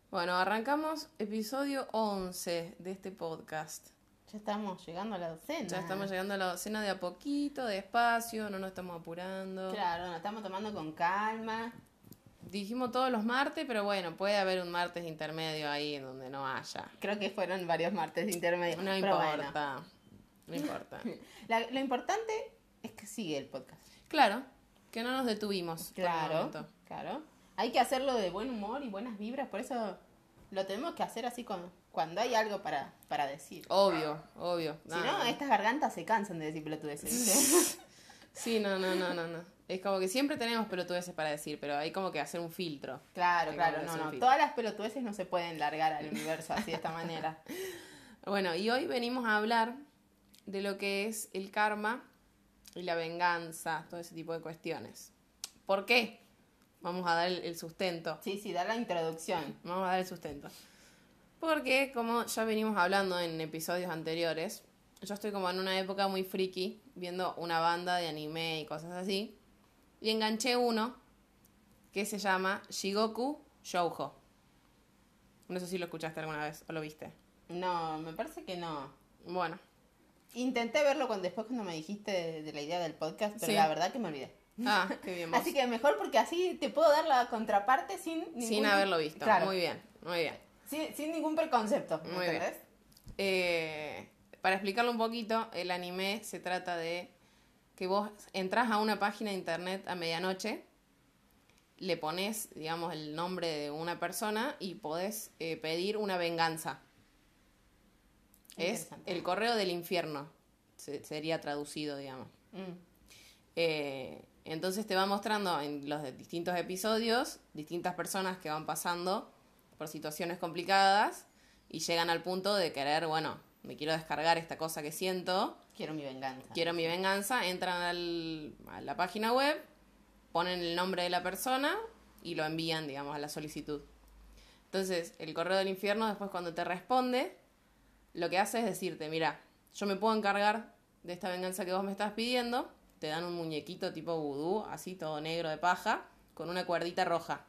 Bueno, arrancamos episodio 11 de este podcast. Ya estamos llegando a la docena. Ya estamos llegando a la docena de a poquito, despacio, no nos estamos apurando. Claro, nos estamos tomando con calma. Dijimos todos los martes, pero bueno, puede haber un martes intermedio ahí en donde no haya. Creo que fueron varios martes intermedios. No pero importa, no importa. Lo importante es que sigue el podcast. Claro, que no nos detuvimos por el momento. Claro. Hay que hacerlo de buen humor y buenas vibras, por eso lo tenemos que hacer así cuando hay algo para decir. Obvio. Si no, estas gargantas se cansan de decir pelotudeces. Sí, no. Es como que siempre tenemos pelotudeces para decir, pero hay como que hacer un filtro. Claro, Hay como que hacer un filtro. Todas las pelotudeces no se pueden largar al universo así de esta manera. Bueno, y hoy venimos a hablar de lo que es el karma y la venganza, todo ese tipo de cuestiones. ¿Por qué? Vamos a dar el sustento. Sí, da la introducción. Vamos a dar el sustento. Porque, como ya venimos hablando en episodios anteriores, yo estoy como en una época muy friki, viendo una banda de anime y cosas así, y enganché uno que se llama Shigoku Shoujo. No sé si lo escuchaste alguna vez o lo viste. No, me parece que no. Bueno. Intenté verlo después cuando me dijiste de la idea del podcast, pero Sí. la verdad que me olvidé. Ah, qué bien vos. Así que mejor porque así te puedo dar la contraparte Sin haberlo visto. Claro. Muy bien. Sin ningún preconcepto. Muy bien. Para explicarlo un poquito, el anime se trata de que vos entras a una página de internet a medianoche, le pones, digamos, el nombre de una persona y podés pedir una venganza. Es el correo del infierno, sería traducido, digamos. Entonces te va mostrando en los distintos episodios distintas personas que van pasando por situaciones complicadas y llegan al punto de querer, bueno, me quiero descargar esta cosa que siento. Quiero mi venganza. Entran a la página web, ponen el nombre de la persona y lo envían, digamos, a la solicitud. Entonces, el correo del infierno, después cuando te responde, lo que hace es decirte, mira, yo me puedo encargar de esta venganza que vos me estás pidiendo. Te dan un muñequito tipo vudú, así todo negro de paja, con una cuerdita roja.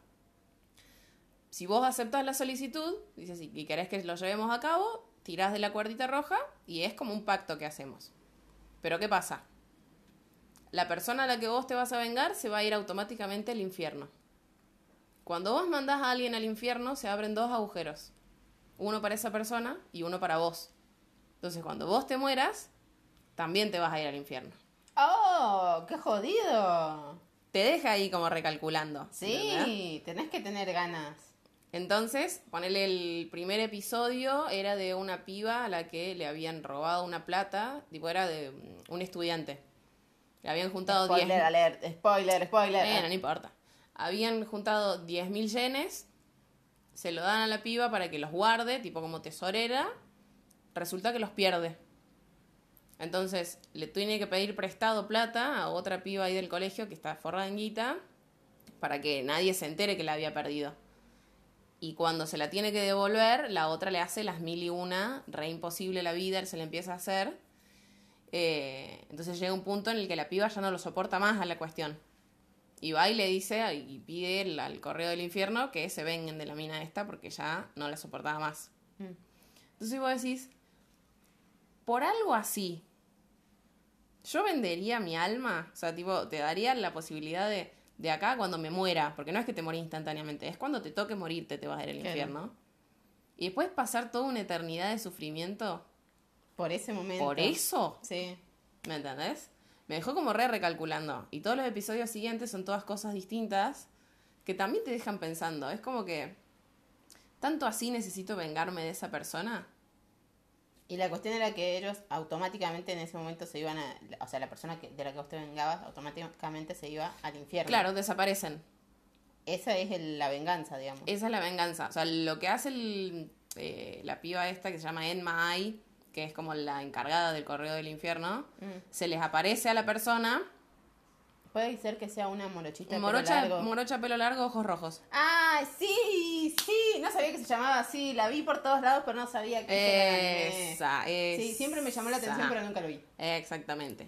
Si vos aceptás la solicitud, dices, y querés que lo llevemos a cabo, tirás de la cuerdita roja y es como un pacto que hacemos. Pero ¿qué pasa? La persona a la que vos te vas a vengar se va a ir automáticamente al infierno. Cuando vos mandás a alguien al infierno, se abren dos agujeros. Uno para esa persona y uno para vos. Entonces, cuando vos te mueras, también te vas a ir al infierno. ¡Oh! ¡Qué jodido! Te deja ahí como recalculando. Sí, ¿entendés? tenés que tener ganas. Entonces, ponele el primer episodio, era de una piba a la que le habían robado una plata, tipo era de un estudiante. Le habían juntado Spoiler alert, spoiler. Bueno, no importa. Habían juntado 10.000 yenes, se lo dan a la piba para que los guarde, tipo como tesorera, resulta que los pierde. Entonces, le tiene que pedir prestado plata a otra piba ahí del colegio que está forrada en guita para que nadie se entere que la había perdido. Y cuando se la tiene que devolver, la otra le hace las 1001, re imposible la vida, se le empieza a hacer. Entonces llega un punto en el que la piba ya no lo soporta más a la cuestión. Y va y le dice, y pide al correo del infierno que se vengan de la mina esta porque ya no la soportaba más. Entonces vos decís, por algo así, yo vendería mi alma, o sea, tipo, te daría la posibilidad de acá cuando me muera, porque no es que te morís instantáneamente, es cuando te toque morirte te vas a ir al infierno. Y después pasar toda una eternidad de sufrimiento. Por ese momento. ¿Por eso? Sí. ¿Me entendés? Me dejó como recalculando. Y todos los episodios siguientes son todas cosas distintas que también te dejan pensando. Es como que, ¿tanto así necesito vengarme de esa persona? Y la cuestión era que ellos automáticamente en ese momento se iban a... O sea, la persona de la que vos te vengabas automáticamente se iba al infierno. Claro, desaparecen. Esa es la venganza, digamos. Esa es la venganza. O sea, lo que hace la piba esta que se llama Enma Ai, que es como la encargada del correo del infierno, se les aparece a la persona. Puede ser que sea una morochita morocha pelo largo, ojos rojos. ¡Ah, sí! No sabía que se llamaba así. La vi por todos lados, pero no sabía que esa. Sí, siempre me llamó la atención, pero nunca lo vi. Exactamente.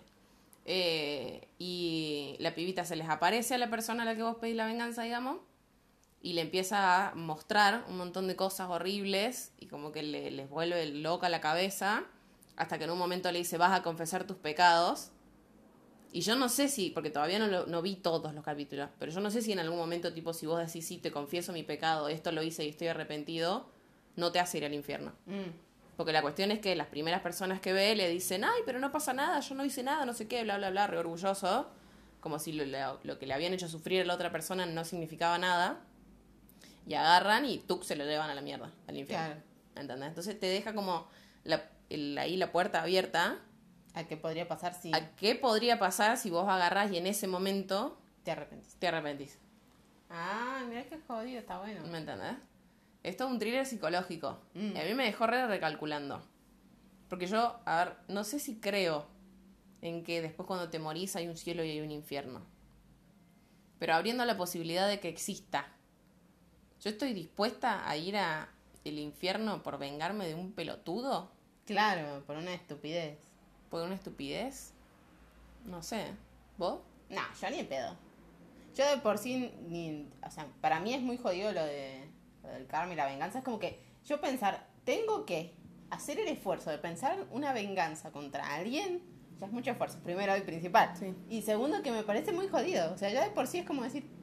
Y la pibita se les aparece a la persona a la que vos pedís la venganza, digamos, y le empieza a mostrar un montón de cosas horribles y como que les vuelve loca la cabeza, hasta que en un momento le dice, vas a confesar tus pecados. Y yo no sé si, porque todavía no vi todos los capítulos, pero yo no sé si en algún momento, tipo, si vos decís, sí, te confieso mi pecado, esto lo hice y estoy arrepentido, no te hace ir al infierno. Porque la cuestión es que las primeras personas que ve le dicen, ay, pero no pasa nada, yo no hice nada, no sé qué, bla, bla, bla, re orgulloso. Como si lo que le habían hecho sufrir a la otra persona no significaba nada. Y agarran y tuk se lo llevan a la mierda, al infierno. Claro. ¿Entendés? Entonces te deja como ahí la puerta abierta. ¿A qué podría pasar si ¿A qué podría pasar si vos agarrás y en ese momento te arrepentís? te arrepentís? Ah, mira qué jodido, está bueno. ¿Me entendés? Esto es un thriller psicológico. Y a mí me dejó recalculando. Porque yo, a ver, no sé si creo en que después cuando te morís hay un cielo y hay un infierno. Pero abriendo la posibilidad de que exista, ¿yo estoy dispuesta a ir a el infierno por vengarme de un pelotudo? Claro, por una estupidez. ¿Por una estupidez? No sé. ¿Vos? No, yo ni en pedo. Yo de por sí, o sea, para mí es muy jodido lo del karma y la venganza. Es como que yo pensar, tengo que hacer el esfuerzo de pensar una venganza contra alguien, ya es mucho esfuerzo, primero y principal. Sí. Y segundo, que me parece muy jodido. O sea, ya de por sí es como decir,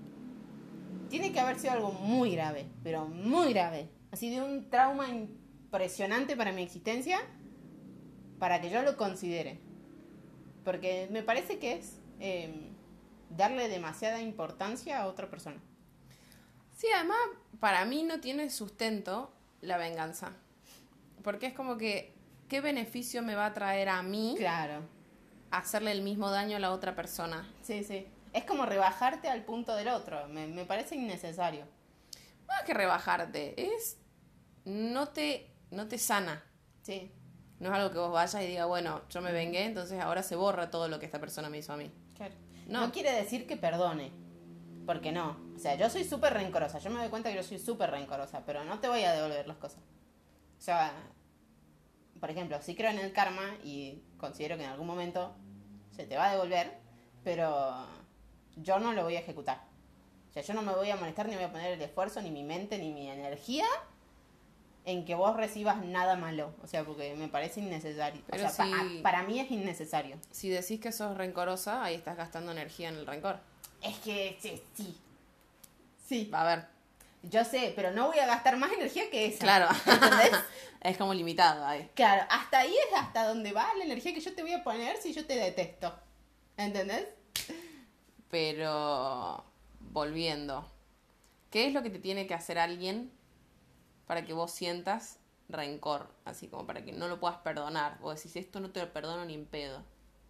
tiene que haber sido algo muy grave, pero muy grave. Así de un trauma impresionante para mi existencia, para que yo lo considere. Porque me parece que es darle demasiada importancia a otra persona. Sí, además, para mí no tiene sustento la venganza. Porque es como que, ¿qué beneficio me va a traer a mí Claro. hacerle el mismo daño a la otra persona? Sí, sí. Es como rebajarte al punto del otro. Me parece innecesario. Más que rebajarte, no te sana. Sí. No es algo que vos vayas y digas, bueno, yo me vengué, entonces ahora se borra todo lo que esta persona me hizo a mí. Claro. No. No quiere decir que perdone. Porque no. O sea, yo soy súper rencorosa. Yo me doy cuenta que yo soy súper rencorosa. Pero no te voy a devolver las cosas. O sea, por ejemplo, sí creo en el karma y considero que en algún momento se te va a devolver, pero yo no lo voy a ejecutar. O sea, yo no me voy a molestar ni voy a poner el esfuerzo, ni mi mente, ni mi energía en que vos recibas nada malo. O sea, porque me parece innecesario. Pero o sea, si- para mí es innecesario. Si decís que sos rencorosa, ahí estás gastando energía en el rencor. Es que sí, sí. Sí. Va a ver. Yo sé, pero no voy a gastar más energía que esa. Claro. ¿Entendés? Es como limitado ahí. Claro, hasta ahí es hasta donde va la energía que yo te voy a poner si yo te detesto. ¿Entendés? Pero, volviendo. ¿Qué es lo que te tiene que hacer alguien para que vos sientas rencor? Así como para que no lo puedas perdonar. Vos decís, esto no te lo perdono ni en pedo.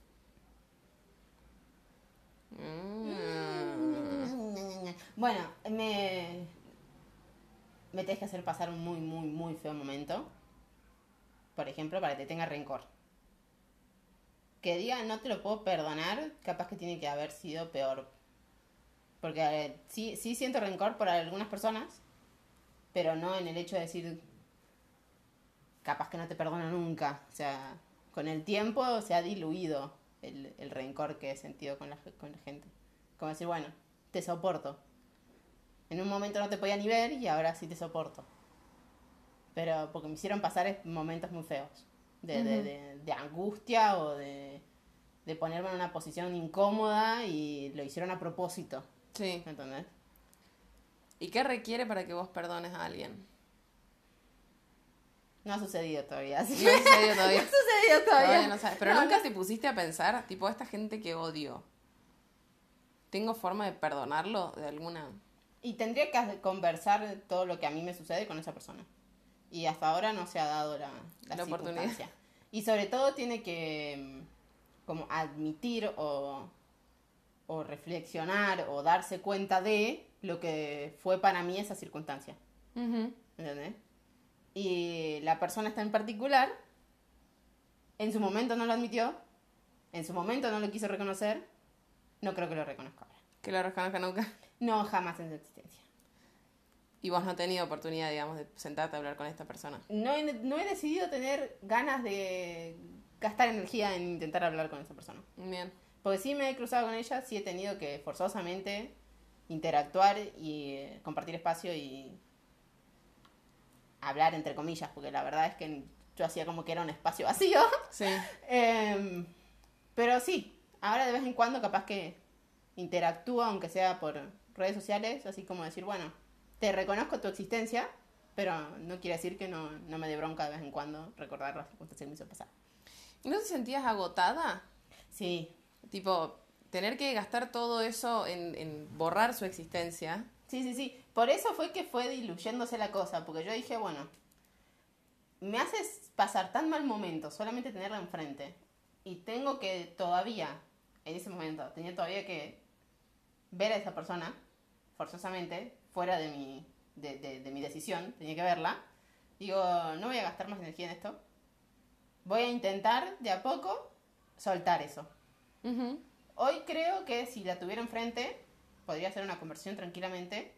Bueno, me tenés que hacer pasar un muy, muy, muy feo momento. Por ejemplo, para que te tenga rencor. Que diga, no te lo puedo perdonar, capaz que tiene que haber sido peor. Porque sí siento rencor por algunas personas, pero no en el hecho de decir, capaz que no te perdono nunca. O sea, con el tiempo se ha diluido el rencor que he sentido con la gente. Como decir, bueno, te soporto. En un momento no te podía ni ver y ahora sí te soporto. Pero porque me hicieron pasar momentos muy feos. De angustia o de ponerme en una posición incómoda y lo hicieron a propósito. Sí. ¿Entendés? ¿Y qué requiere para que vos perdones a alguien? No ha sucedido todavía. Así No ha sucedido todavía. no ha sucedido todavía. Todavía no sabes. Pero No, nunca no. te pusiste a pensar, tipo, esta gente que odio, ¿tengo forma de perdonarlo de alguna? Y tendría que conversar todo lo que a mí me sucede con esa persona. Y hasta ahora no se ha dado la oportunidad. circunstancia. Y sobre todo tiene que como admitir o reflexionar o darse cuenta de lo que fue para mí esa circunstancia. ¿Entendés? Y la persona está en particular, en su momento no lo admitió, en su momento no lo quiso reconocer, no creo que lo reconozca ahora. Que lo reconozca nunca. No, jamás en su existencia. Y vos no has tenido oportunidad, digamos, de sentarte a hablar con esta persona. No he decidido tener ganas de gastar energía en intentar hablar con esa persona. Bien. Porque sí me he cruzado con ella, sí he tenido que forzosamente interactuar y compartir espacio y hablar entre comillas, porque la verdad es que yo hacía como que era un espacio vacío. Sí. Pero sí, ahora de vez en cuando capaz que interactúo, aunque sea por redes sociales, así como decir, bueno, te reconozco tu existencia, pero no quiere decir que no me dé bronca de vez en cuando recordar las circunstancias que me hizo pasar. ¿Y no te sentías agotada? Sí, Tipo, tener que gastar todo eso en borrar su existencia. sí. Por eso fue que fue diluyéndose la cosa, porque yo dije, bueno, me haces pasar tan mal momento solamente tenerla enfrente. Y tengo que todavía, en ese momento, tenía todavía que ver a esa persona, forzosamente, fuera de mi decisión, tenía que verla. Digo, no voy a gastar más energía en esto. Voy a intentar, de a poco, soltar eso. Uh-huh. Hoy creo que si la tuviera enfrente, podría hacer una conversación tranquilamente.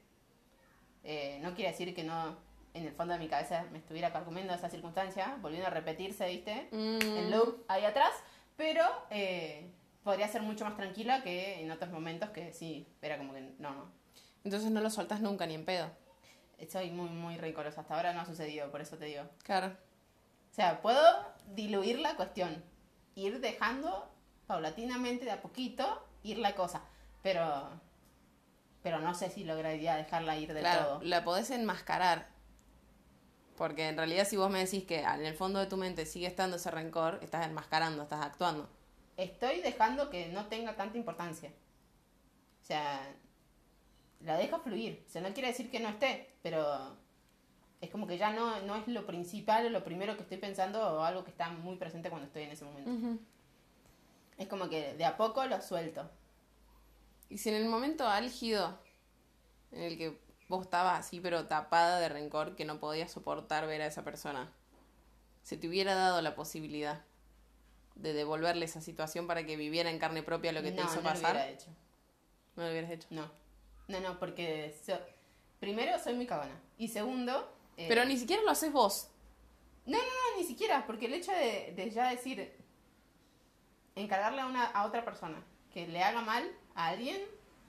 No quiere decir que no, en el fondo de mi cabeza, me estuviera carcomiendo esa circunstancia, volviendo a repetirse, ¿viste? El loop ahí atrás. Pero podría ser mucho más tranquila que en otros momentos que sí, era como que no. Entonces no lo soltas nunca, ni en pedo. Soy muy, muy rencorosa. Hasta ahora no ha sucedido, por eso te digo. Claro. O sea, puedo diluir la cuestión. Ir dejando paulatinamente, de a poquito, ir la cosa. Pero no sé si lograría dejarla ir del Claro, todo. la podés enmascarar. Porque en realidad si vos me decís que en el fondo de tu mente sigue estando ese rencor, estás enmascarando, estás actuando. Estoy dejando que no tenga tanta importancia. O sea, la dejo fluir. O sea, no quiere decir que no esté, pero es como que ya no es lo principal o lo primero que estoy pensando o algo que está muy presente cuando estoy en ese momento. Uh-huh. Es como que de a poco lo suelto. Y si en el momento álgido, en el que vos estabas así pero tapada de rencor, que no podías soportar ver a esa persona, se te hubiera dado la posibilidad de devolverle esa situación para que viviera en carne propia lo que te hizo pasar, No lo hubiera hecho. no lo hubieras hecho. No, porque primero soy muy cagona. Y segundo... Pero ni siquiera lo haces vos. No, ni siquiera, porque el hecho de ya decir, encargarle a otra persona que le haga mal a alguien,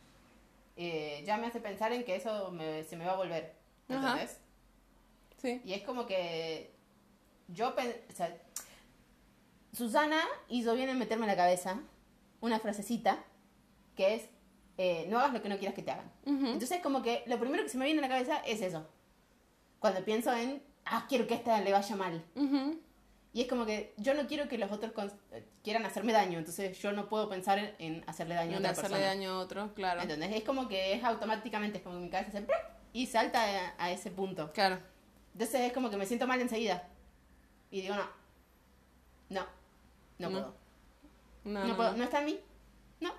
ya me hace pensar en que eso se me va a volver. ¿Entendés? Ajá. Sí. Y es como que o sea, Susana hizo bien en meterme en la cabeza una frasecita que es, no hagas lo que no quieras que te hagan. Uh-huh. Entonces como que lo primero que se me viene a la cabeza es eso. Cuando pienso en, quiero que a esta le vaya mal. Uh-huh. Y es como que yo no quiero que los otros quieran hacerme daño, entonces yo no puedo pensar en hacerle daño a otra persona. hacerle daño a otro, claro. ¿Entendés? Es como que es automáticamente, es como que mi cabeza se... y salta a ese punto. Claro. Entonces es como que me siento mal enseguida. Y digo, no puedo. No puedo, no está en mí. No.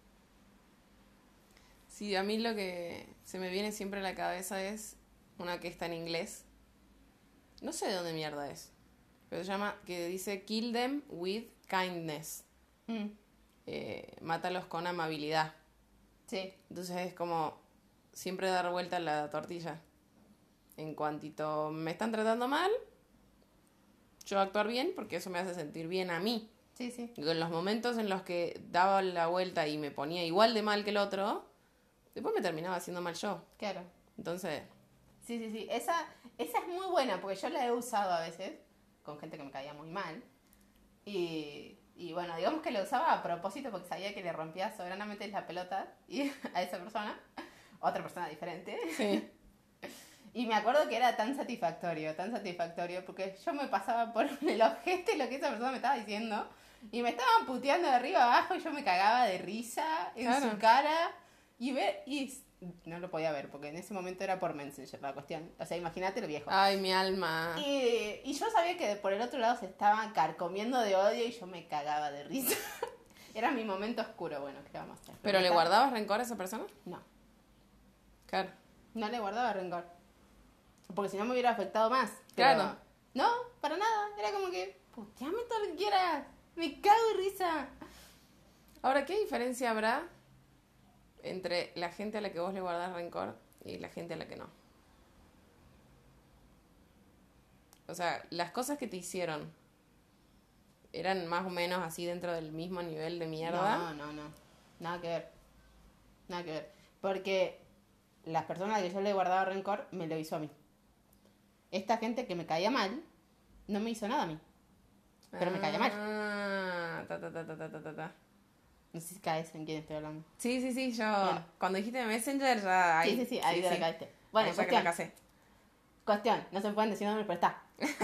Sí, a mí lo que se me viene siempre a la cabeza es una que está en inglés. No sé de dónde mierda es. Pero se llama, que dice Kill them with kindness. Mátalos con amabilidad. Sí. Entonces es como siempre dar vuelta a la tortilla. En cuantito me están tratando mal, yo actuar bien porque eso me hace sentir bien a mí. Sí. Y en los momentos en los que daba la vuelta y me ponía igual de mal que el otro, después me terminaba haciendo mal yo. Claro. Entonces... Sí. Esa es muy buena porque yo la he usado a veces con gente que me caía muy mal. Y bueno, digamos que la usaba a propósito porque sabía que le rompía soberanamente la pelota a esa persona. Otra persona diferente. Sí. Y me acuerdo que era tan satisfactorio, porque yo me pasaba por el ojete lo que esa persona me estaba diciendo. Y me estaban puteando de arriba abajo y yo me cagaba de risa en su cara. Y no lo podía ver, porque en ese momento era por Messenger la cuestión. O sea, imagínate lo viejo. Ay, mi alma. Y yo sabía que por el otro lado se estaban carcomiendo de odio y yo me cagaba de risa. Era mi momento oscuro, bueno, ¿qué vamos a hacer? ¿Pero le guardabas rencor a esa persona? No. Claro. No le guardaba rencor. Porque si no me hubiera afectado más. Claro. No, para nada. Era como que, puteame todo lo que quieras. Me cago de risa. Ahora, ¿qué diferencia habrá entre la gente a la que vos le guardás rencor y la gente a la que no? O sea, las cosas que te hicieron eran más o menos así dentro del mismo nivel de mierda. No. Nada que ver. Porque las personas a las que yo le guardaba rencor me lo hizo a mí. Esta gente que me caía mal no me hizo nada a mí. Pero me caía mal. No sé si caes en quién estoy hablando. Sí, yo... Bien. Cuando dijiste Messenger ya... Ahí, Sí, ahí te la caíste. Bueno, ahí ya que la casé. Cuestión, no se me pueden decir nombres, pero está.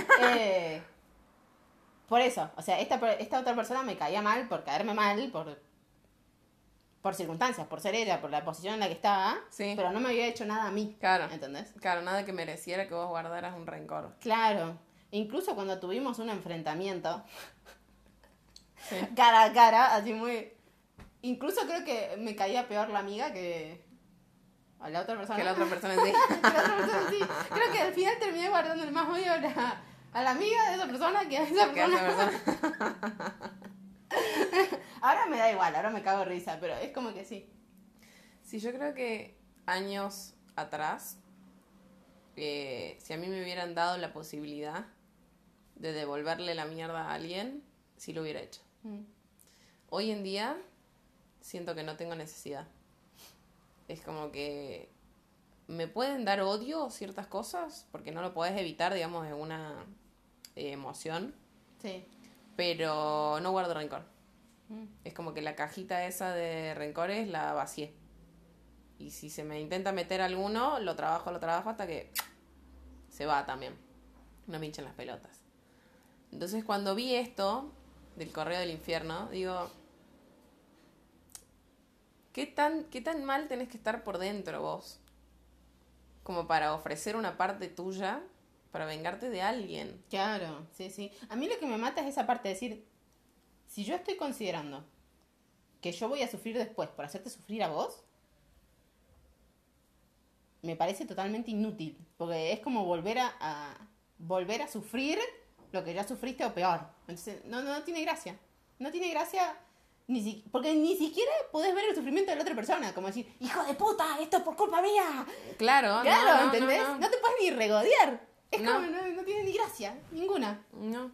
Por eso, o sea, esta otra persona me caía mal por caerme mal, por circunstancias, por ser ella, por la posición en la que estaba, Sí. pero no me había hecho nada a mí. Claro. ¿Entendés? Claro, nada que mereciera que vos guardaras un rencor. Claro. Incluso cuando tuvimos un enfrentamiento, Sí. cara a cara, así muy... Incluso creo que me caía peor la amiga que a la otra persona. Que la otra persona sí. Que la otra persona, sí. Creo que al final terminé guardando el más odio a la amiga de esa persona que a esa Que a esa persona. persona. Ahora me da igual, ahora me cago de risa, pero es como que sí. Sí, yo creo que años atrás, si a mí me hubieran dado la posibilidad de devolverle la mierda a alguien, sí lo hubiera hecho. Hoy en día siento que no tengo necesidad. Es como que me pueden dar odio ciertas cosas, porque no lo podés evitar, digamos, en una emoción, Sí. pero no guardo rencor. Es como que la cajita esa de rencores la vacié. Y si se me intenta meter alguno, lo trabajo hasta que se va también. No me hinchen las pelotas. Entonces cuando vi esto del correo del infierno, digo, ¿qué tan mal tenés que estar por dentro vos? Como para ofrecer una parte tuya para vengarte de alguien. Claro, sí. A mí lo que me mata es esa parte de decir, si yo estoy considerando que yo voy a sufrir después por hacerte sufrir a vos, me parece totalmente inútil. Porque es como volver a sufrir lo que ya sufriste o peor. Entonces, no tiene gracia. No tiene gracia porque ni siquiera podés ver el sufrimiento de la otra persona. Como decir, hijo de puta, esto es por culpa mía. Claro, Claro, no, ¿entendés? no. No te puedes ni regodear. Es No. como, no tiene ni gracia. Ninguna. No.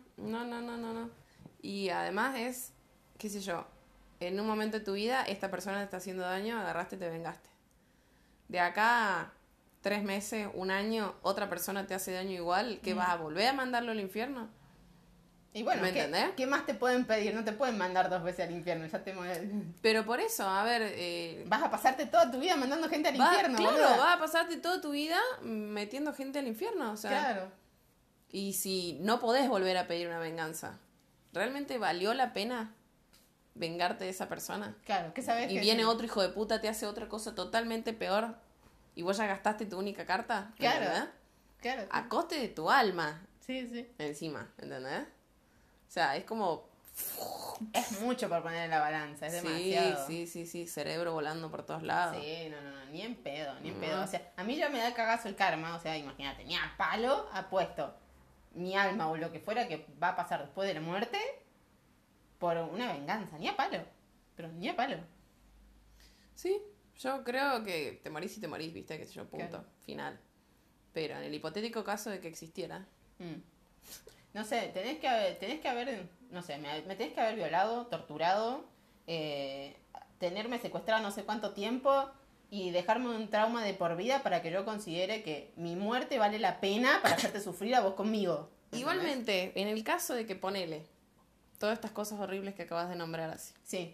Y además es, qué sé yo, en un momento de tu vida esta persona te está haciendo daño, agarraste y te vengaste. De acá a 3 meses, 1 año, otra persona te hace daño igual, ¿qué vas a volver a mandarlo al infierno? Y bueno, ¿Me entendés? ¿qué más te pueden pedir? No te pueden mandar 2 veces al infierno. Ya te Pero por eso, a ver... vas a pasarte toda tu vida mandando gente al claro, infierno, boluda. vas a pasarte toda tu vida metiendo gente al infierno, o sea... Claro. Y si no podés volver a pedir una venganza, ¿realmente valió la pena vengarte de esa persona? Claro, ¿qué sabes? Y viene otro hijo de puta, te hace otra cosa totalmente peor y vos ya gastaste tu única carta, Claro. ¿entendés? Claro. Sí. A coste de tu alma, Sí. encima, ¿entendés? O sea, es como... Es mucho por poner en la balanza, es demasiado. Sí, cerebro volando por todos lados. Sí, no, ni en pedo. O sea, a mí ya me da cagazo el karma, o sea, imagínate, ni a palo ha puesto mi alma o lo que fuera que va a pasar después de la muerte por una venganza, ni a palo. Pero ni a palo. Sí, yo creo que te morís y te morís, viste, que sé yo, punto, Claro. final. Pero en el hipotético caso de que existiera... No sé, tenés que haber, no sé, me tenés que haber violado, torturado, tenerme secuestrado no sé cuánto tiempo y dejarme un trauma de por vida para que yo considere que mi muerte vale la pena para hacerte sufrir a vos conmigo. ¿Entendés? Igualmente, en el caso de que ponele todas estas cosas horribles que acabas de nombrar así, Sí.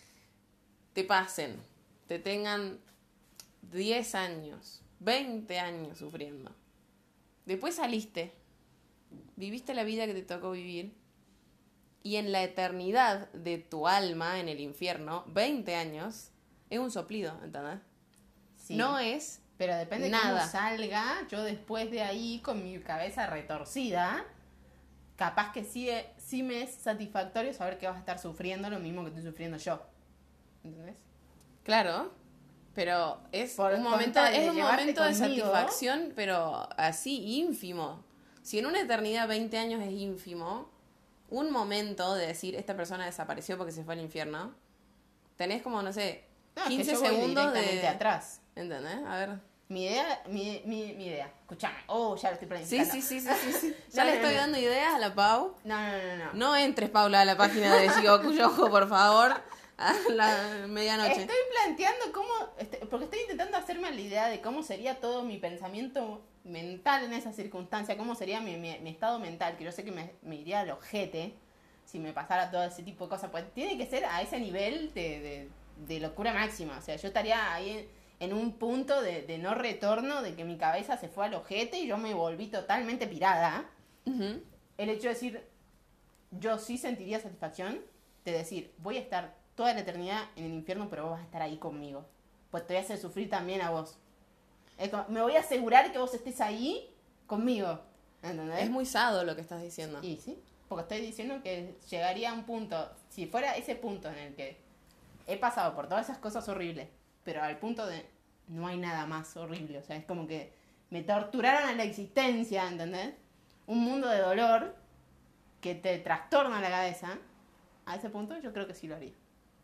te pasen, te tengan 10 años, 20 años sufriendo. Después saliste, viviste la vida que te tocó vivir y en la eternidad de tu alma, en el infierno, 20 años, es un soplido, ¿entendés? Sí. No es Pero depende de nada. cómo salga, yo después de ahí, con mi cabeza retorcida, capaz que sí me es satisfactorio saber que vas a estar sufriendo lo mismo que estoy sufriendo yo. ¿Entendés? Claro, pero es Por un momento, contar de es un llevarte momento de conmigo. satisfacción, pero así ínfimo. Si en una eternidad 20 años es ínfimo, un momento de decir esta persona desapareció porque se fue al infierno, tenés como, no sé, No, 15 es que yo voy segundos directamente de... atrás. ¿Entendés? A ver. Mi idea. Escuchame. Oh, ya lo estoy Sí. planificando. Ya No, le no, estoy no. dando ideas a la Pau. No. No entres, Paula, a la página de Yoku, por favor. a la medianoche. Estoy planteando cómo, porque estoy intentando hacerme la idea de cómo sería todo mi pensamiento mental en esa circunstancia, cómo sería mi estado mental, que yo sé que me iría al ojete si me pasara todo ese tipo de cosas, pues tiene que ser a ese nivel de locura máxima, o sea, yo estaría ahí en un punto de no retorno, de que mi cabeza se fue al ojete y yo me volví totalmente pirada. Ujú. El hecho de decir, yo sí sentiría satisfacción de decir, voy a estar toda la eternidad en el infierno, pero vos vas a estar ahí conmigo. Pues te voy a hacer sufrir también a vos. Es como, me voy a asegurar que vos estés ahí conmigo. ¿Entendés? Es muy sado lo que estás diciendo. Y sí, porque estoy diciendo que llegaría a un punto, si fuera ese punto en el que he pasado por todas esas cosas horribles, pero al punto de no hay nada más horrible, o sea, es como que me torturaron a la existencia, ¿entendés? Un mundo de dolor que te trastorna la cabeza, a ese punto yo creo que sí lo haría.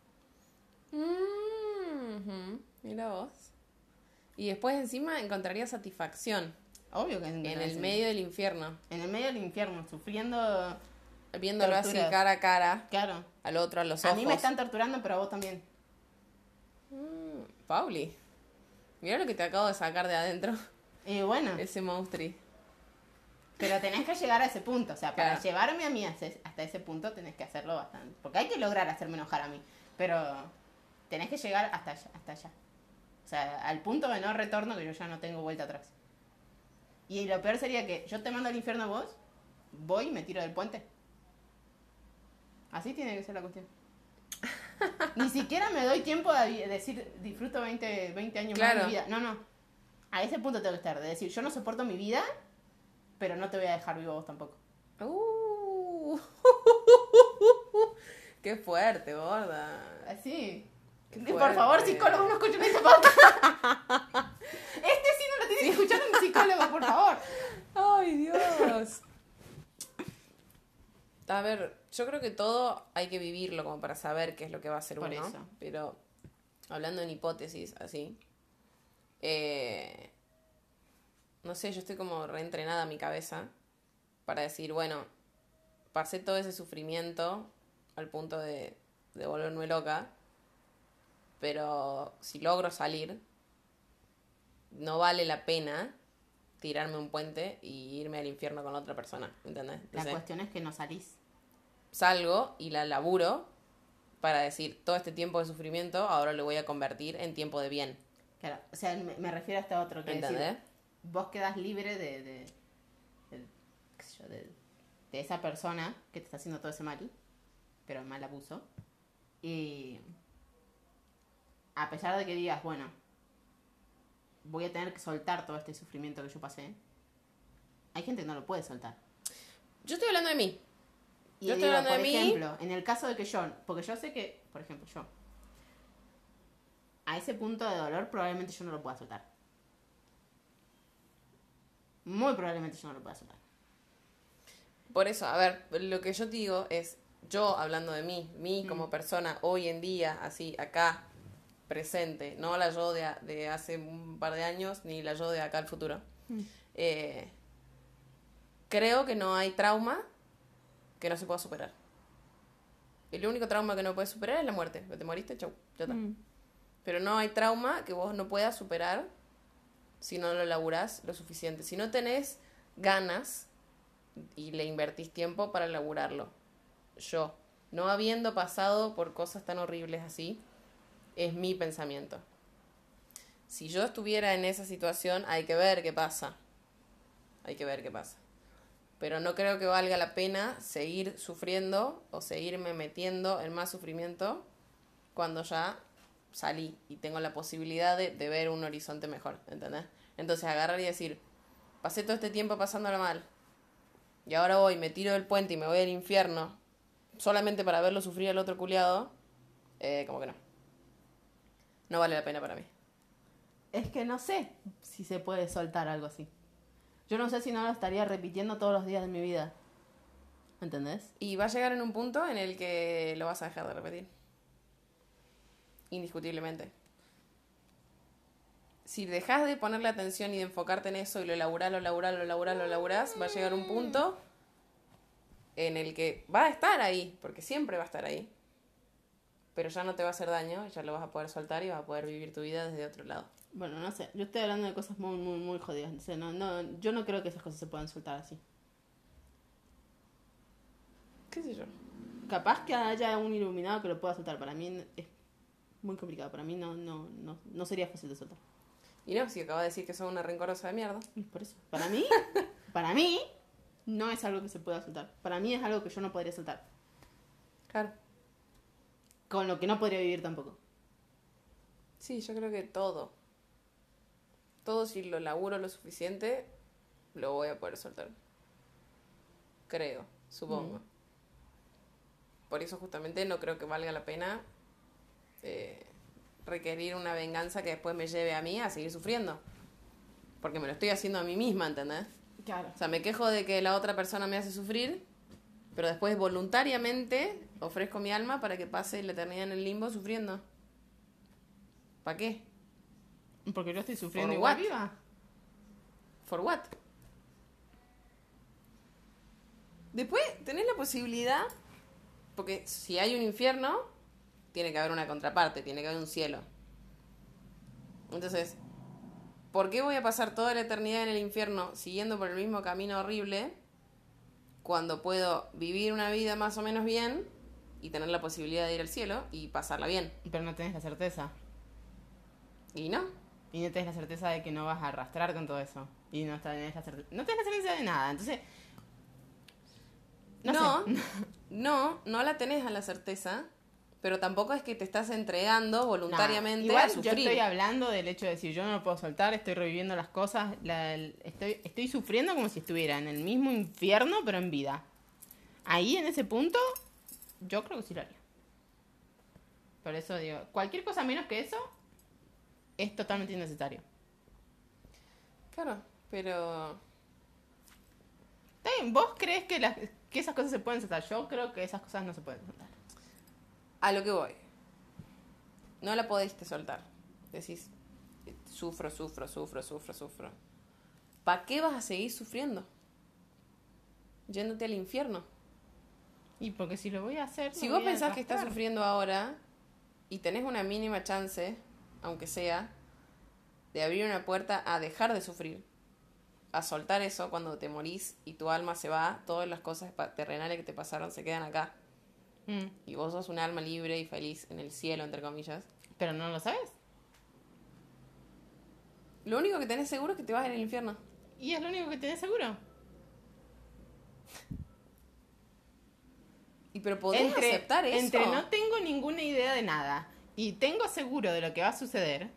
Ujú. Mira vos. Y después encima encontraría satisfacción Obvio que en el medio del infierno. En el medio del infierno, sufriendo. Viéndolo torturas. así cara a cara, Claro. al otro, a los ojos. A mí me están torturando, pero a vos también. Pauli, mira lo que te acabo de sacar de adentro. Y bueno, Ese monstruo. pero tenés que llegar a ese punto. O sea, para Claro. llevarme a mí hasta ese punto tenés que hacerlo bastante. Porque hay que lograr hacerme enojar a mí. Pero tenés que llegar hasta allá, hasta allá. O sea, al punto de no retorno que yo ya no tengo vuelta atrás. Y lo peor sería que yo te mando al infierno a vos, voy y me tiro del puente. Así tiene que ser la cuestión. Ni siquiera me doy tiempo de decir disfruto 20 años más Claro. de mi vida. No, no. A ese punto tengo que estar. De decir, yo no soporto mi vida, pero no te voy a dejar vivo vos tampoco. Qué fuerte, gorda. Así. Qué Por fuerte. favor, psicólogos, no escuchen este podcast. Este sí no lo tiene que escuchar un psicólogo, por favor. Ay, Dios. A ver, yo creo que todo hay que vivirlo como para saber qué es lo que va a hacer Por uno. eso. Pero hablando en hipótesis, así. No sé, yo estoy como reentrenada a mi cabeza para decir, bueno, pasé todo ese sufrimiento al punto de volverme loca. Pero si logro salir, no vale la pena tirarme un puente y irme al infierno con otra persona, ¿entendés? La Entonces, cuestión es que no salís. salgo y la laburo para decir, todo este tiempo de sufrimiento ahora lo voy a convertir en tiempo de bien. Claro, o sea, me refiero a este otro que ¿Entendés? decir, vos quedás libre qué sé yo, de esa persona que te está haciendo todo ese mal, pero mal abuso. Y a pesar de que digas, bueno, voy a tener que soltar todo este sufrimiento que yo pasé, hay gente que no lo puede soltar. Yo estoy hablando de mí. Y Yo digo, estoy hablando por de mí. ejemplo, en el caso de que yo, porque yo sé que, por ejemplo, yo, a ese punto de dolor probablemente yo no lo pueda soltar. Muy probablemente yo no lo pueda soltar. Por eso, a ver, lo que yo te digo es, yo hablando de mí como persona, hoy en día, así, acá, presente, no la yo de hace un par de años, ni la yo de acá al futuro. Creo que no hay trauma que no se pueda superar. El único trauma que no puedes superar es la muerte. Te moriste, chau, ya está. Pero no hay trauma que vos no puedas superar si no lo laburás lo suficiente. Si no tenés ganas y le invertís tiempo para laburarlo. Yo, no habiendo pasado por cosas tan horribles así, es mi pensamiento. Si yo estuviera en esa situación, hay que ver qué pasa. Hay que ver qué pasa. Pero no creo que valga la pena seguir sufriendo o seguirme metiendo en más sufrimiento cuando ya salí y tengo la posibilidad de ver un horizonte mejor, ¿entendés? Entonces agarrar y decir, pasé todo este tiempo pasándola mal y ahora voy, me tiro del puente y me voy al infierno solamente para verlo sufrir al otro culiado, como que no. No vale la pena para mí. Es que no sé si se puede soltar algo así. Yo no sé si no lo estaría repitiendo todos los días de mi vida. ¿Entendés? Y va a llegar en un punto en el que lo vas a dejar de repetir. Indiscutiblemente. Si dejas de ponerle atención y de enfocarte en eso y lo laburás, va a llegar un punto en el que va a estar ahí, porque siempre va a estar ahí. pero ya no te va a hacer daño, ya lo vas a poder soltar y vas a poder vivir tu vida desde otro lado. Bueno, no sé. Yo estoy hablando de cosas muy, muy, muy jodidas. O sea, yo no creo que esas cosas se puedan soltar así. ¿Qué sé yo? Capaz que haya un iluminado que lo pueda soltar. Para mí es muy complicado. Para mí no sería fácil de soltar. Y no, si acaba de decir que sos una rencorosa de mierda. Por eso. Para mí, no es algo que se pueda soltar. Para mí es algo que yo no podría soltar. Claro. Con lo que no podría vivir tampoco. Sí, yo creo que todo. Todo si lo laburo lo suficiente, lo voy a poder soltar. Creo, supongo. Por eso justamente no creo que valga la pena requerir una venganza que después me lleve a mí a seguir sufriendo. Porque me lo estoy haciendo a mí misma, ¿entendés? Claro. O sea, me quejo de que la otra persona me hace sufrir, pero después voluntariamente ofrezco mi alma para que pase la eternidad en el limbo sufriendo. ¿Para qué? Porque yo estoy sufriendo For igual what? viva. ¿For what? Después tenés la posibilidad, porque si hay un infierno, tiene que haber una contraparte, tiene que haber un cielo. Entonces, ¿por qué voy a pasar toda la eternidad en el infierno siguiendo por el mismo camino horrible cuando puedo vivir una vida más o menos bien y tener la posibilidad de ir al cielo y pasarla bien? Pero no tenés la certeza. Y no. Y no tenés la certeza de que no vas a arrastrar con todo eso. Y no tenés la certeza de nada. Entonces... No la tenés a la certeza, pero tampoco es que te estás entregando voluntariamente igual a sufrir. yo estoy hablando del hecho de decir, yo no lo puedo soltar, estoy reviviendo las cosas, estoy sufriendo como si estuviera en el mismo infierno, pero en vida. Ahí, en ese punto, yo creo que sí lo haría. Por eso digo, cualquier cosa menos que eso es totalmente innecesario. Claro, pero... Está bien, ¿vos crees que esas cosas se pueden soltar? Yo creo que esas cosas no se pueden soltar. A lo que voy. No la podiste soltar. Decís, sufro. ¿Para qué vas a seguir sufriendo? Yéndote al infierno. Y porque si lo voy a hacer... Si vos pensás que estás sufriendo ahora y tenés una mínima chance, aunque sea, de abrir una puerta a dejar de sufrir, a soltar eso cuando te morís y tu alma se va, todas las cosas terrenales que te pasaron se quedan acá. Y vos sos un alma libre y feliz en el cielo, entre comillas. Pero no lo sabes. Lo único que tenés seguro es que te vas a ir al infierno. Y es lo único que tenés seguro. Pero podés aceptar eso. Entre no tengo ninguna idea de nada y tengo seguro de lo que va a suceder.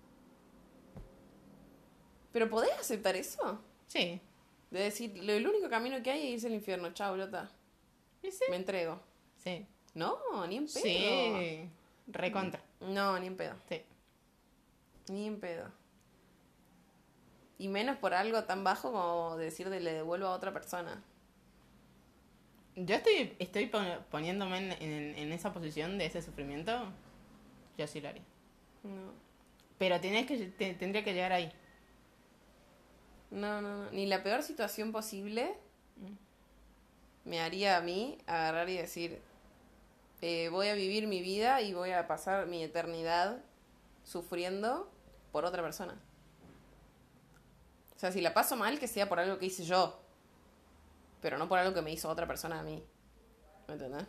¿Pero podés aceptar eso? Sí. De decir, el único camino que hay es irse al infierno. Chao, Lota. ¿Y sí? Me entrego. Sí. No, ni en pedo. Sí. Recontra. No, ni en pedo. Sí. Ni en pedo. Y menos por algo tan bajo como decir de le devuelvo a otra persona. Yo estoy poniéndome en esa posición de ese sufrimiento. Yo sí lo haría. No. Pero tendría que llegar ahí. No. Ni la peor situación posible me haría a mí agarrar y decir, voy a vivir mi vida y voy a pasar mi eternidad sufriendo por otra persona. O sea, si la paso mal, que sea por algo que hice yo, pero no por algo que me hizo otra persona a mí. ¿Me entendés?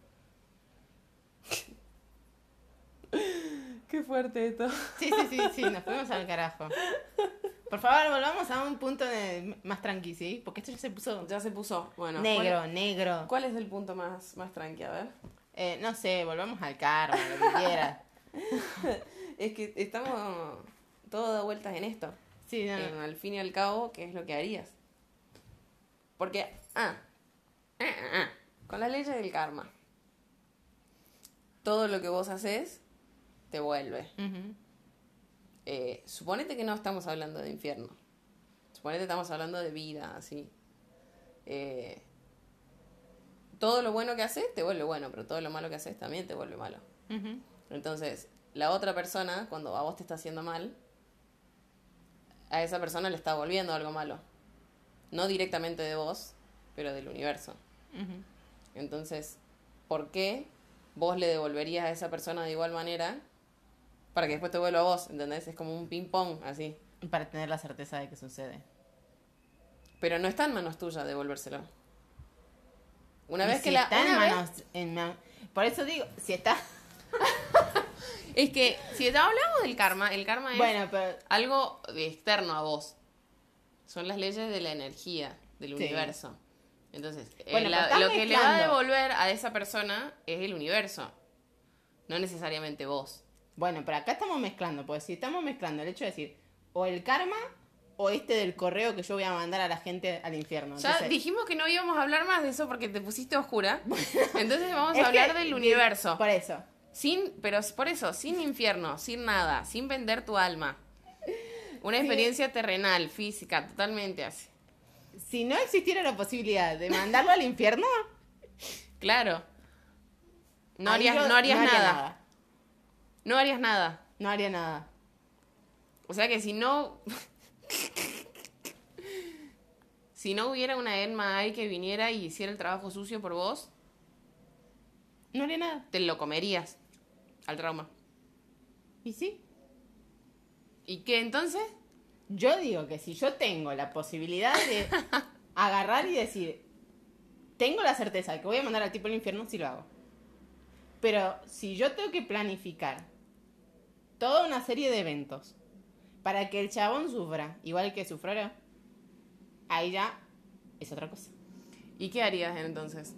Qué fuerte esto. Sí, nos fuimos al carajo. Por favor, volvamos a un punto más tranqui, ¿sí? Porque esto Ya se puso. Bueno. Negro. ¿Cuál es el punto más tranqui? A ver. No sé, volvamos al karma, lo que quieras. Es que estamos todo de vueltas en esto. Sí, no. Al fin y al cabo, ¿qué es lo que harías? Porque, con las leyes del karma, todo lo que vos haces te vuelve. Uh-huh. Suponete que no estamos hablando de infierno. Suponete que estamos hablando de vida, así. Todo lo bueno que haces te vuelve bueno, pero todo lo malo que haces también te vuelve malo. Uh-huh. Entonces, la otra persona, cuando a vos te está haciendo mal, a esa persona le está volviendo algo malo. No directamente de vos, pero del universo. Uh-huh. Entonces, ¿por qué vos le devolverías a esa persona de igual manera para que después te vuelva a vos, ¿entendés? Es como un ping-pong, así. Para tener la certeza de que sucede. Pero no está en manos tuyas devolvérselo. Una Y vez si que la... está una en vez- manos... Por eso digo, si está... Es que si te hablamos del karma, el karma es Bueno, pero... algo externo a vos. Son las leyes de la energía, del Sí. universo. Entonces, Bueno, pero estás lo que le va a mezclando. devolver a esa persona es el universo. No necesariamente vos. Bueno, pero acá estamos mezclando, porque si estamos mezclando el hecho de decir, o el karma, o este del correo que yo voy a mandar a la gente al infierno. Ya Entonces, dijimos que no íbamos a hablar más de eso porque te pusiste oscura. Entonces vamos es a hablar que- del universo. Por eso. Pero por eso, sin infierno, sin nada, sin vender tu alma. Una experiencia terrenal, física, totalmente así. Si no existiera la posibilidad de mandarlo al infierno, Claro. No ahí harías, yo no harías haría nada. No harías nada. No haría nada. O sea que si no... si no hubiera una Elma ahí que viniera y hiciera el trabajo sucio por vos, No haría nada. te lo comerías al trauma. ¿Y sí? ¿Y qué entonces? Yo digo que si yo tengo la posibilidad de agarrar y decir, tengo la certeza de que voy a mandar al tipo al infierno, sí lo hago. Pero si yo tengo que planificar toda una serie de eventos para que el chabón sufra, igual que sufriera, ahí ya es otra cosa. ¿Y qué harías entonces?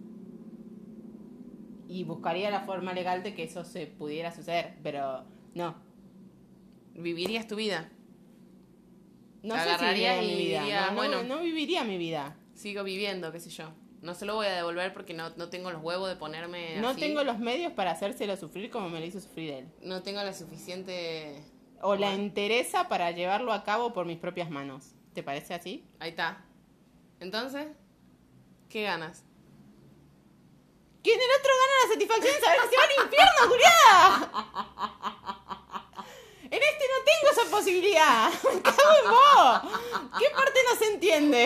Y buscaría la forma legal de que eso se pudiera suceder, pero no. ¿Vivirías tu vida? No Te sé si agarraría viviría y mi vida. dirías, No, bueno. no viviría mi vida. Sigo viviendo, qué sé yo. No se lo voy a devolver porque no tengo los huevos de ponerme No así. tengo los medios para hacérselo sufrir como me lo hizo sufrir él. No tengo la suficiente... O la entereza para llevarlo a cabo por mis propias manos. ¿Te parece así? Ahí está. Entonces, ¿qué ganas? Que en el otro gana la satisfacción de saber que se va al infierno, Julián. En este no tengo esa posibilidad. Me cago en vos. ¿Qué parte no se entiende?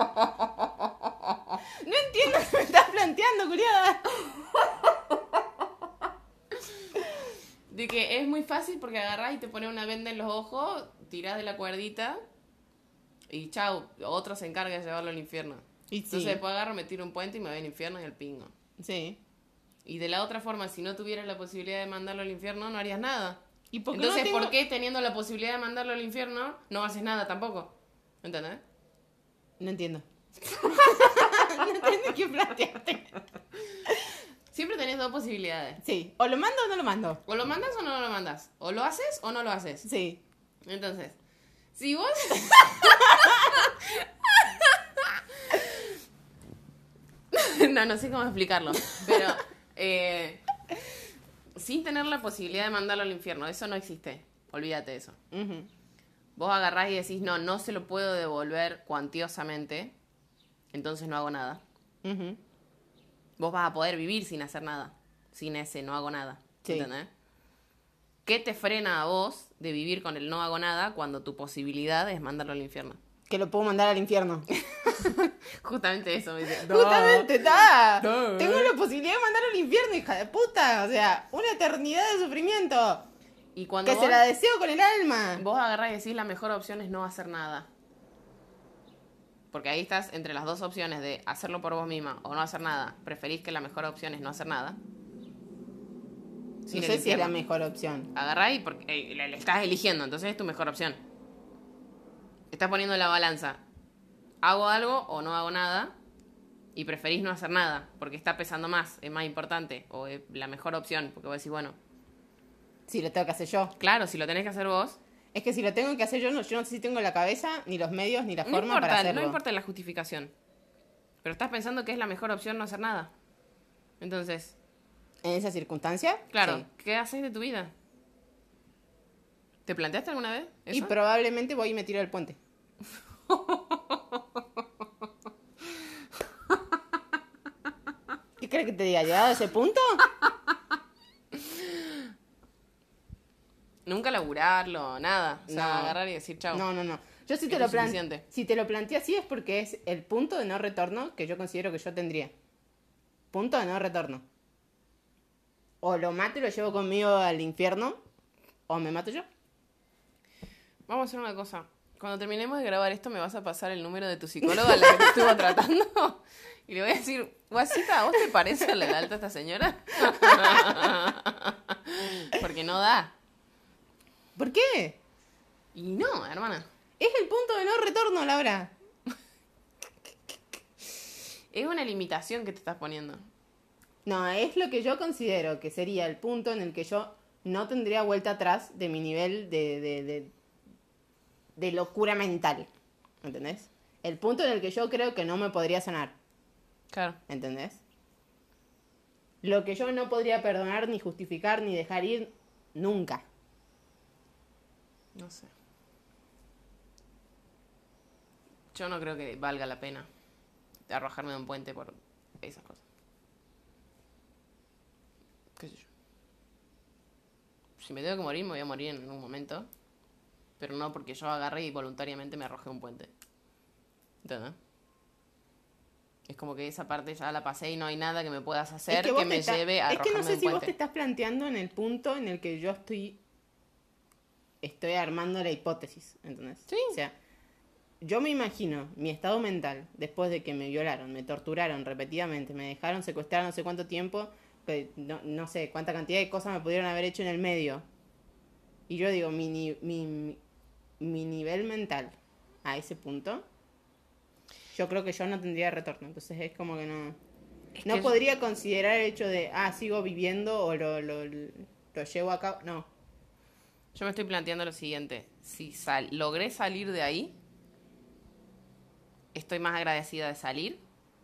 No entiendo lo que me estás planteando, Julián. De que es muy fácil porque agarrás y te pones una venda en los ojos, tirás de la cuerdita y chau, otro se encarga de llevarlo al infierno. Y sí. Entonces después agarro, me tiro un puente y me voy al infierno y al pingo. Sí. Y de la otra forma, si no tuvieras la posibilidad de mandarlo al infierno, no harías nada. ¿Y por qué Entonces, no tengo... ¿por qué teniendo la posibilidad de mandarlo al infierno, no haces nada tampoco? ¿Entendés? No entiendo. No entiendo qué planteaste. Siempre tenés dos posibilidades. Sí. O lo mando o no lo mando. O lo mandas o no lo mandas. O lo haces o no lo haces. Sí. Entonces, si vos... no sé cómo explicarlo. Pero sin tener la posibilidad de mandarlo al infierno, eso no existe. Olvídate de eso. Ujú. Vos agarrás y decís, no se lo puedo devolver cuantiosamente, entonces no hago nada. Ujú. Vos vas a poder vivir sin hacer nada, sin ese no hago nada. Sí. ¿Entendés? ¿Qué te frena a vos de vivir con el no hago nada cuando tu posibilidad es mandarlo al infierno? Que lo puedo mandar al infierno. Justamente eso me dice. Justamente, está. No. Tengo la posibilidad de mandarlo al infierno, hija de puta. O sea, una eternidad de sufrimiento. Y cuando Que vos, se la deseo con el alma. vos agarrás y decís la mejor opción es no hacer nada. Porque ahí estás entre las dos opciones de hacerlo por vos misma o no hacer nada. Preferís que la mejor opción es no hacer nada. Sin No el sé si es la infierno. mejor opción. Agarrá y porque le estás eligiendo, entonces es tu mejor opción. Estás poniendo en la balanza. ¿Hago algo o no hago nada? Y preferís no hacer nada, porque está pesando más, es más importante, o es la mejor opción, porque vos decís, bueno, Si lo tengo que hacer yo. claro, si lo tenés que hacer vos, Es que si lo tengo que hacer yo no sé si tengo la cabeza, ni los medios, ni la no forma para importa, hacerlo. no importa la justificación. Pero estás pensando que es la mejor opción no hacer nada. Entonces, En esa circunstancia, claro, sí. ¿qué haces de tu vida? ¿Te planteaste alguna vez eso? Y probablemente voy y me tiro del puente. ¿Qué crees que te diga? ¿Llegado a ese punto? Nunca laburarlo, nada. O sea, No. agarrar y decir chao. No. Yo si Es te lo lo suficiente. si te lo planteé así es porque es el punto de no retorno que yo considero que yo tendría. Punto de no retorno. O lo mato y lo llevo conmigo al infierno, o me mato yo. Vamos a hacer una cosa. Cuando terminemos de grabar esto, me vas a pasar el número de tu psicóloga a la que te estuvo tratando. Y le voy a decir, Guasita, ¿a vos te parece la alta esta señora? Porque no da. ¿Por qué? Y no, hermana. Es el punto de no retorno, Laura. Es una limitación que te estás poniendo. No, es lo que yo considero que sería el punto en el que yo no tendría vuelta atrás de mi nivel de locura mental. ¿Entendés? El punto en el que yo creo que no me podría sanar. Claro. ¿Entendés? Lo que yo no podría perdonar, ni justificar, ni dejar ir nunca. No sé. Yo no creo que valga la pena arrojarme de un puente por esas cosas. ¿Qué sé yo? Si me tengo que morir, me voy a morir en algún momento. Pero no porque yo agarré y voluntariamente me arrojé de un puente. ¿Entendés? Es como que esa parte ya la pasé y no hay nada que me puedas hacer que me lleve a arrojarme de un puente. Es que no sé si vos te estás planteando en el punto en el que yo estoy armando la hipótesis, ¿entendés? Sí. O sea, yo me imagino mi estado mental después de que me violaron, me torturaron repetidamente, me dejaron secuestrar no sé cuánto tiempo, no sé cuánta cantidad de cosas me pudieron haber hecho en el medio. Y yo digo, mi nivel mental a ese punto, yo creo que yo no tendría retorno. Entonces es como que no podría considerar el hecho de, sigo viviendo o lo llevo a cabo. No. Yo me estoy planteando lo siguiente. Si logré salir de ahí, estoy más agradecida de salir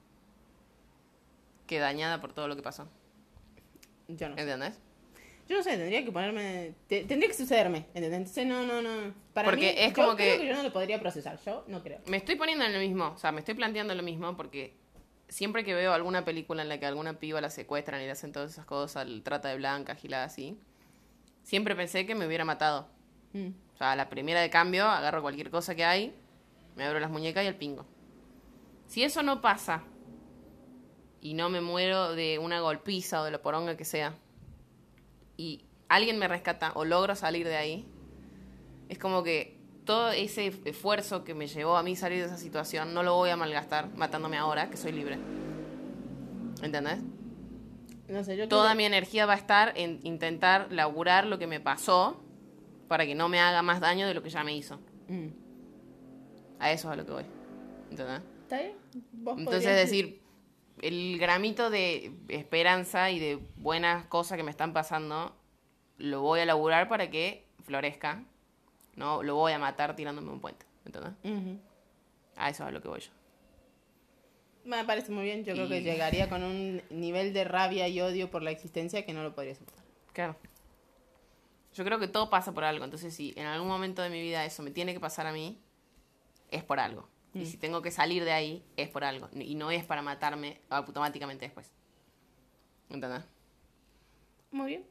que dañada por todo lo que pasó. Yo no sé. ¿Entendés? Yo no sé, tendría que ponerme... tendría que sucederme, ¿entendés? Entonces no. Para porque mí, es como yo creo que yo no lo podría procesar. Yo no creo. Me estoy poniendo en lo mismo. O sea, me estoy planteando lo mismo porque siempre que veo alguna película en la que alguna piba la secuestran y le hacen todas esas cosas, trata de blanca, gilada así, siempre pensé que me hubiera matado. O sea, a la primera de cambio, agarro cualquier cosa que hay, me abro las muñecas y el pingo. Si eso no pasa y no me muero de una golpiza o de la poronga que sea, y alguien me rescata o logro salir de ahí, es como que todo ese esfuerzo que me llevó a mí salir de esa situación no lo voy a malgastar matándome ahora, que soy libre. ¿Entendés? No sé, yo Toda creo mi energía va a estar en intentar laburar lo que me pasó para que no me haga más daño de lo que ya me hizo. A eso es a lo que voy. ¿Entendés? ¿Está bien? ¿Vos Entonces podrías decir, el gramito de esperanza y de buenas cosas que me están pasando, lo voy a laburar para que florezca. No lo voy a matar tirándome un puente. ¿Entendés? A eso es a lo que voy yo. Me parece muy bien. Yo creo que llegaría con un nivel de rabia y odio por la existencia que no lo podría soportar. Claro. Yo creo que todo pasa por algo. Entonces, si en algún momento de mi vida eso me tiene que pasar a mí, es por algo. Y si tengo que salir de ahí, es por algo. Y no es para matarme automáticamente después. ¿Entendés? Muy bien.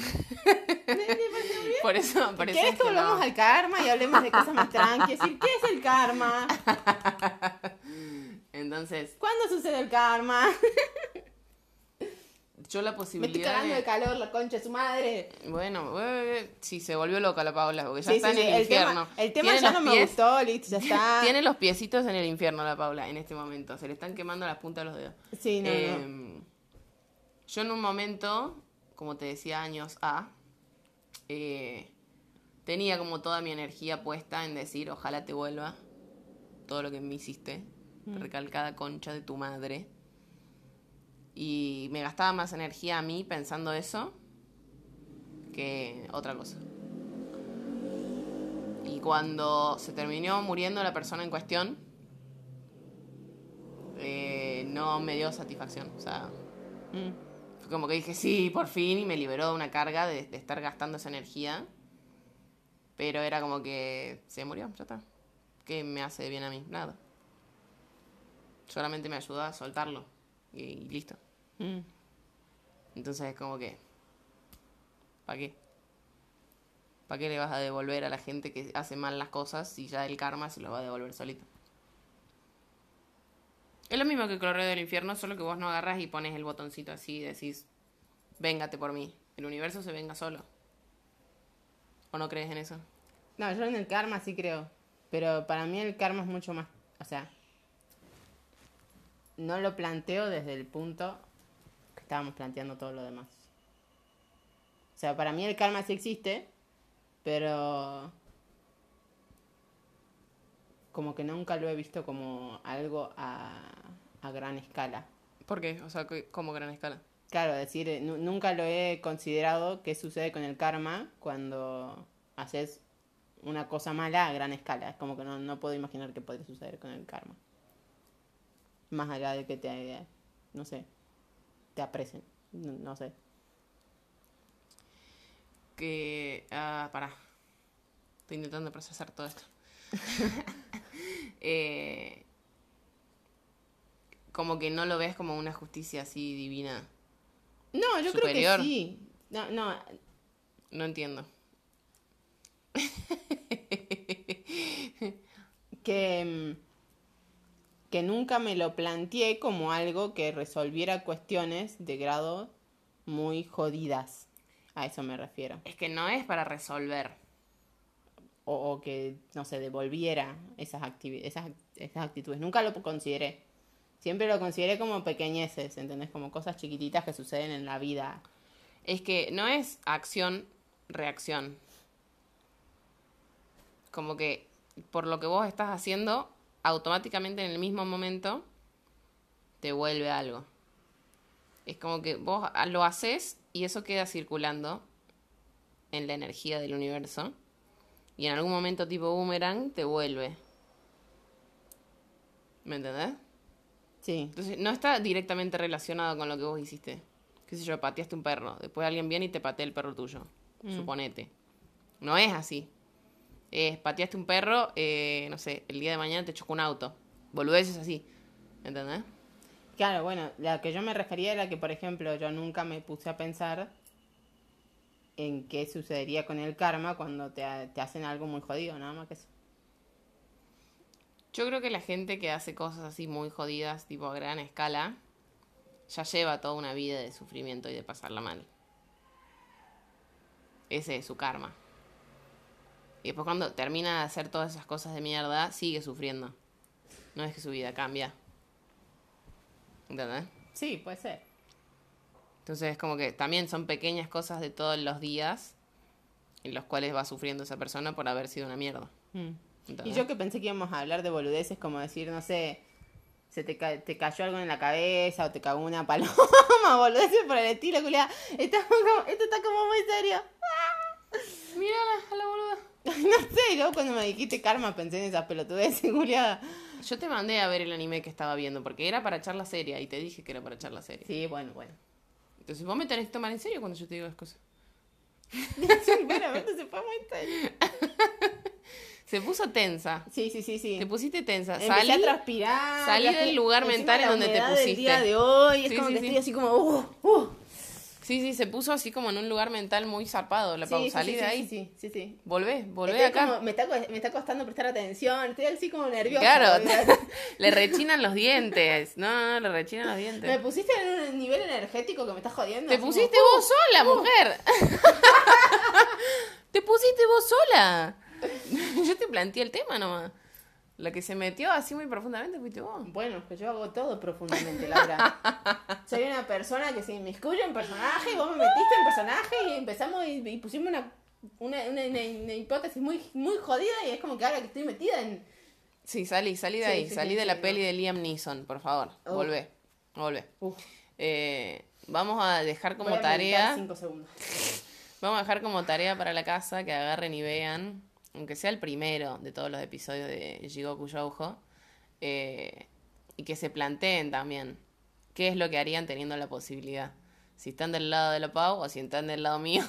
Por eso ¿Quieres que volvamos al karma y hablemos de cosas más tranquilas? ¿Qué es el karma? Entonces, ¿Cuándo sucede el karma? yo la Me posibilidad estoy cagando de calor, la concha de su madre. Bueno, sí, se volvió loca la Paula, porque ya Sí, está sí, en el infierno. El tema Tiene ya los no me pies- gustó, listo, ya está. Tiene los piecitos en el infierno la Paula en este momento. Se le están quemando las puntas de los dedos. Sí, no. Yo en un momento, como te decía, años tenía como toda mi energía puesta en decir, ojalá te vuelva todo lo que me hiciste, recalcada concha de tu madre. Y me gastaba más energía a mí pensando eso que otra cosa. Y cuando se terminó muriendo la persona en cuestión, no me dio satisfacción. O sea, fue como que dije sí, por fin, y me liberó de una carga de estar gastando esa energía. Pero era como que se murió, ya está. ¿Qué me hace bien a mí? Nada. Solamente me ayudó a soltarlo. Y listo. Entonces es como que, ¿para qué? ¿Para qué le vas a devolver a la gente que hace mal las cosas si ya el karma se lo va a devolver solito? Es lo mismo que el correo del infierno, solo que vos no agarras y pones el botoncito así y decís, véngate por mí. El universo se venga solo. ¿O no crees en eso? No, yo en el karma sí creo. Pero para mí el karma es mucho más... O sea, no lo planteo desde el punto que estábamos planteando todo lo demás. O sea, para mí el karma sí existe, pero como que nunca lo he visto como algo a gran escala. ¿Por qué? O sea, como gran escala. Claro, decir, nunca lo he considerado qué sucede con el karma cuando haces una cosa mala a gran escala. Es como que no puedo imaginar qué podría suceder con el karma. Más allá de que te, no sé, te aprecien. No sé. Pará. Estoy intentando procesar todo esto. Como que no lo ves como una justicia así divina. No, yo superior. creo que sí. No. No entiendo. Que nunca me lo planteé como algo que resolviera cuestiones de grado muy jodidas. A eso me refiero. Es que no es para resolver. O que, no sé, devolviera esas actitudes. Nunca lo consideré. Siempre lo consideré como pequeñeces, ¿entendés? Como cosas chiquititas que suceden en la vida. Es que no es acción, reacción. Como que por lo que vos estás haciendo, automáticamente en el mismo momento te vuelve algo. Es como que vos lo haces y eso queda circulando en la energía del universo. Y en algún momento tipo boomerang te vuelve. ¿Me entendés? Sí. Entonces no está directamente relacionado con lo que vos hiciste. Qué sé yo, pateaste un perro. Después alguien viene y te patea el perro tuyo. Suponete. No es así. Pateaste un perro, no sé, el día de mañana te chocó un auto. Boludeces así. ¿Entendés? Claro, bueno, la que yo me refería era que, por ejemplo, yo nunca me puse a pensar en qué sucedería con el karma cuando te hacen algo muy jodido, nada más que eso. Yo creo que la gente que hace cosas así muy jodidas, tipo a gran escala, ya lleva toda una vida de sufrimiento y de pasarla mal. Ese es su karma. Y después cuando termina de hacer todas esas cosas de mierda, sigue sufriendo. No es que su vida cambia. ¿Entendés? Sí, puede ser. Entonces como que también son pequeñas cosas de todos los días en los cuales va sufriendo esa persona por haber sido una mierda. Y yo que pensé que íbamos a hablar de boludeces, como decir, no sé, se te cayó algo en la cabeza o te cagó una paloma, boludeces por el estilo, culiá. Esto está como muy serio. Mírala a la boluda. No sé, yo cuando me dijiste karma pensé en esas pelotudeces, culiada. Yo te mandé a ver el anime que estaba viendo porque era para charla seria y te dije que era para charla seria. Sí, bueno. Entonces vos me tenés que tomar en serio cuando yo te digo las cosas. Sinceramente se fue muy serio. Se puso tensa. Sí. Te pusiste tensa. Empecé a transpirar. Salí del lugar mental en donde te pusiste. El día de hoy, es como que estoy así como... Sí, se puso así como en un lugar mental muy zarpado la pausa. Salí de ahí. Sí. Volvé Estoy acá. Como, me está costando prestar atención, estoy así como nerviosa. Claro, le rechinan los dientes. No, le rechinan los dientes. Me pusiste en un nivel energético que me estás jodiendo. Te pusiste vos sola, mujer. Te pusiste vos sola. Yo te planteé el tema nomás. La que se metió así muy profundamente fuiste vos. Bueno, es que yo hago todo profundamente, Laura. Soy una persona que se inmiscuye en personaje, y vos me metiste en personaje y empezamos y pusimos una hipótesis muy, muy jodida y es como que ahora que estoy metida en... Sí, salí de ahí. Salí de la peli de Liam Neeson, por favor. Volvé. Vamos a dejar como tarea... 5 segundos. Vamos a dejar como tarea para la casa que agarren y vean, aunque sea el primero de todos los episodios de Jigoku Shoujo, y que se planteen también qué es lo que harían teniendo la posibilidad. Si están del lado de la Pau o si están del lado mío.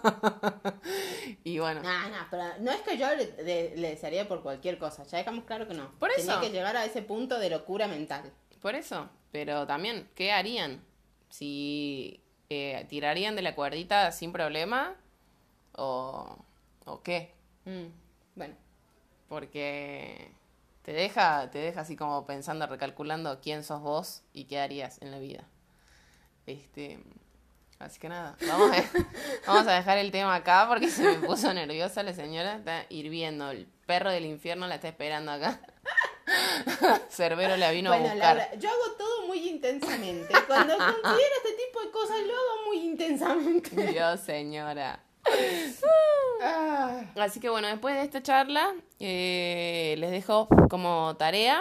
Y bueno. No, pero no es que yo le desearía por cualquier cosa. Ya dejamos claro que no. Por eso. Tenía que llegar a ese punto de locura mental. Por eso. Pero también, ¿qué harían? Si tirarían de la cuerdita sin problema o qué. Bueno. Porque te deja así como pensando, recalculando quién sos vos y qué harías en la vida. Así que nada, vamos a dejar el tema acá porque se me puso nerviosa la señora. Está hirviendo. El perro del infierno la está esperando acá. Cerbero la vino a buscar. Laura, yo hago todo muy intensamente. Cuando considero este tipo de cosas, lo hago muy intensamente. Dios, señora. Así que bueno, después de esta charla, les dejo como tarea.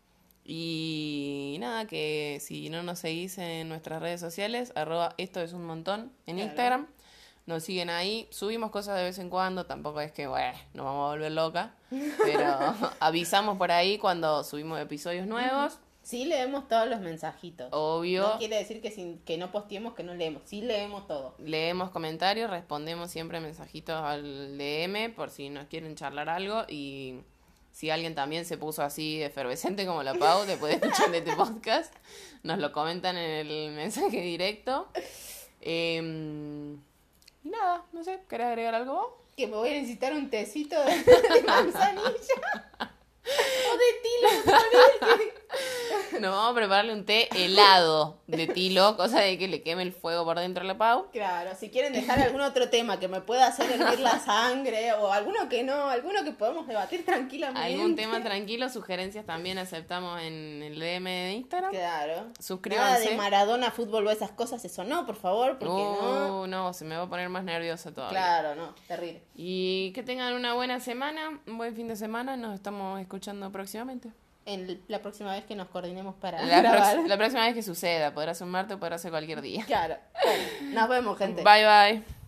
Y nada, que si no nos seguís en nuestras redes sociales, @esto es un montón en Instagram. Nos siguen ahí, subimos cosas de vez en cuando, tampoco es que, nos vamos a volver loca, pero avisamos por ahí cuando subimos episodios nuevos. Sí leemos todos los mensajitos. Obvio. No quiere decir que no posteemos, que no leemos. Sí leemos todo. Leemos comentarios, respondemos siempre mensajitos al DM por si nos quieren charlar algo. Y si alguien también se puso así efervescente como la Pau después de escuchar este podcast, nos lo comentan en el mensaje directo. Y nada, no sé, ¿querés agregar algo vos? Que me voy a necesitar un tecito de manzanilla. O de tilo. Nos vamos a prepararle un té helado de tilo, cosa de que le queme el fuego por dentro a la Pau. Claro, si quieren dejar algún otro tema que me pueda hacer hervir la sangre, o alguno que no, alguno que podemos debatir tranquilamente. Algún tema tranquilo, sugerencias también aceptamos en el DM de Instagram. Claro. Suscríbanse. Nada de Maradona, fútbol o esas cosas, eso no, por favor, porque no. No, se me va a poner más nerviosa todavía. Claro, no, terrible. Y que tengan una buena semana, un buen fin de semana, nos estamos escuchando próximamente. La próxima vez que nos coordinemos para La grabar. próxima vez que suceda, podrá ser un martes o podrá ser cualquier día. Claro. Bueno, nos vemos, gente. Bye, bye.